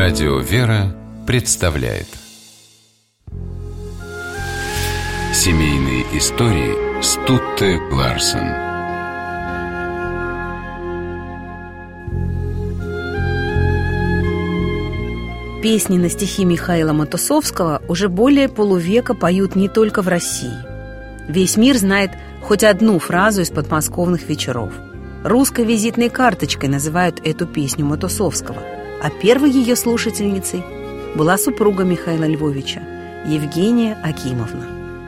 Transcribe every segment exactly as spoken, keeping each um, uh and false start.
Радио «Вера» представляет семейные истории Стутте Ларсен. Песни на стихи Михаила Матусовского уже более полувека поют не только в России. Весь мир знает хоть одну фразу из подмосковных вечеров. Русской визитной карточкой называют эту песню Матусовского, а первой ее слушательницей была супруга Михаила Львовича, Евгения Акимовна.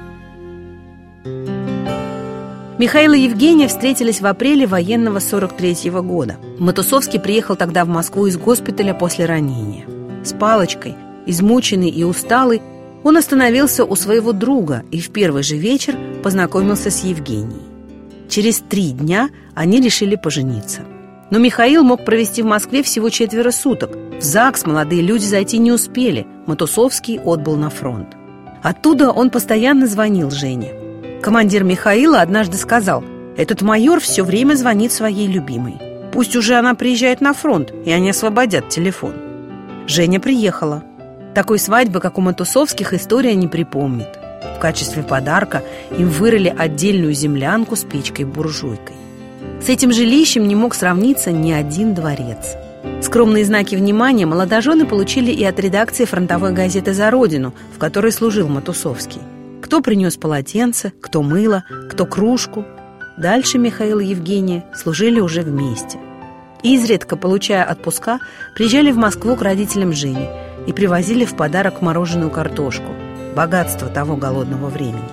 Михаил и Евгения встретились в апреле военного сорок третьего года. Матусовский приехал тогда в Москву из госпиталя после ранения. С палочкой, измученный и усталый, он остановился у своего друга и в первый же вечер познакомился с Евгенией. Через три дня они решили пожениться. Но Михаил мог провести в Москве всего четверо суток. В ЗАГС молодые люди зайти не успели. Матусовский отбыл на фронт. Оттуда он постоянно звонил Жене. Командир Михаила однажды сказал: «Этот майор все время звонит своей любимой. Пусть уже она приезжает на фронт, и они освободят телефон». Женя приехала. Такой свадьбы, как у Матусовских, история не припомнит. В качестве подарка им вырыли отдельную землянку с печкой-буржуйкой. С этим жилищем не мог сравниться ни один дворец. Скромные знаки внимания молодожены получили и от редакции фронтовой газеты «За Родину», в которой служил Матусовский. Кто принес полотенце, кто мыло, кто кружку. Дальше Михаил и Евгения служили уже вместе. Изредка, получая отпуска, приезжали в Москву к родителям Жени и привозили в подарок мороженую картошку, богатство того голодного времени.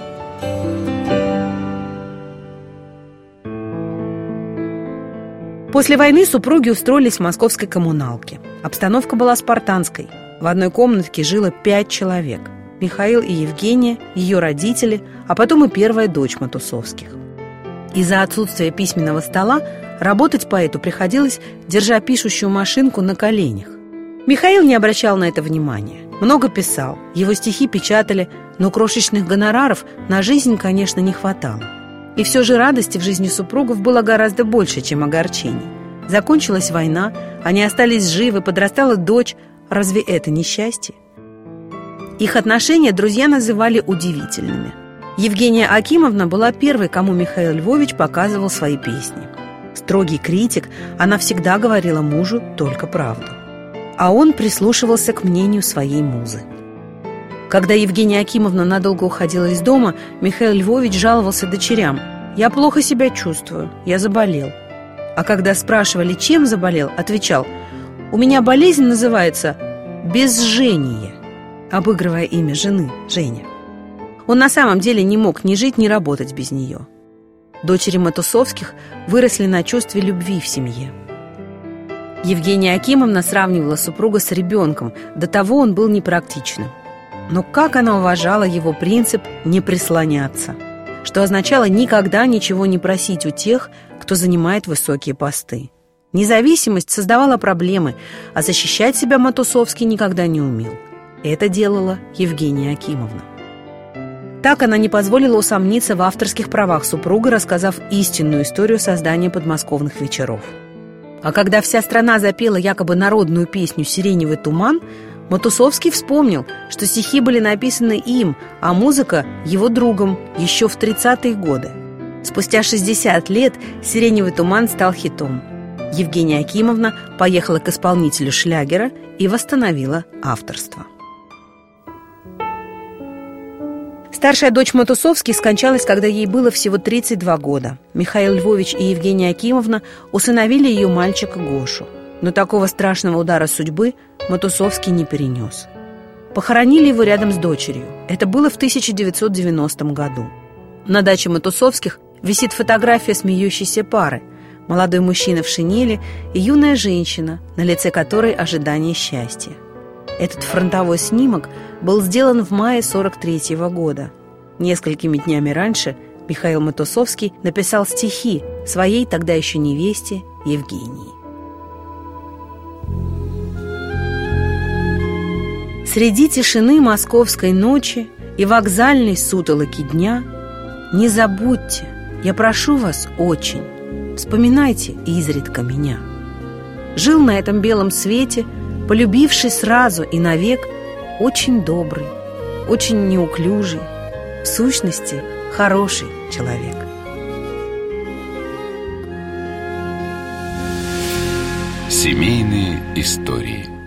После войны супруги устроились в московской коммуналке. Обстановка была спартанской. В одной комнатке жило пять человек. Михаил и Евгения, ее родители, а потом и первая дочь Матусовских. Из-за отсутствия письменного стола работать поэту приходилось, держа пишущую машинку на коленях. Михаил не обращал на это внимания. Много писал, его стихи печатали, но крошечных гонораров на жизнь, конечно, не хватало. И все же радости в жизни супругов было гораздо больше, чем огорчений. Закончилась война, они остались живы, подрастала дочь. Разве это не счастье? Их отношения друзья называли удивительными. Евгения Акимовна была первой, кому Михаил Львович показывал свои песни. Строгий критик, она всегда говорила мужу только правду. А он прислушивался к мнению своей музы. Когда Евгения Акимовна надолго уходила из дома, Михаил Львович жаловался дочерям: «Я плохо себя чувствую, я заболел». А когда спрашивали, чем заболел, отвечал: «У меня болезнь называется безжение», обыгрывая имя жены, Женя. Он на самом деле не мог ни жить, ни работать без нее. Дочери Матусовских выросли на чувстве любви в семье. Евгения Акимовна сравнивала супруга с ребенком, до того он был непрактичным. Но как она уважала его принцип «не прислоняться», что означало никогда ничего не просить у тех, кто занимает высокие посты. Независимость создавала проблемы, а защищать себя Матусовский никогда не умел. Это делала Евгения Акимовна. Так она не позволила усомниться в авторских правах супруга, рассказав истинную историю создания подмосковных вечеров. А когда вся страна запела якобы народную песню «Сиреневый туман», Матусовский вспомнил, что стихи были написаны им, а музыка – его другом еще в тридцатые годы. Спустя шестьдесят лет «Сиреневый туман» стал хитом. Евгения Акимовна поехала к исполнителю шлягера и восстановила авторство. Старшая дочь Матусовских скончалась, когда ей было всего тридцать два года. Михаил Львович и Евгения Акимовна усыновили ее мальчика Гошу. Но такого страшного удара судьбы Матусовский не перенес. Похоронили его рядом с дочерью. Это было в тысяча девятьсот девяностом году. На даче Матусовских висит фотография смеющейся пары. Молодой мужчина в шинели и юная женщина, на лице которой ожидание счастья. Этот фронтовой снимок был сделан в мае сорок третьего года. Несколькими днями раньше Михаил Матусовский написал стихи своей тогда еще невесте Евгении. Среди тишины московской ночи и вокзальной сутолоки дня не забудьте, я прошу вас очень, вспоминайте изредка меня. Жил на этом белом свете полюбивший сразу и навек, очень добрый, очень неуклюжий, в сущности, хороший человек. Семейные истории.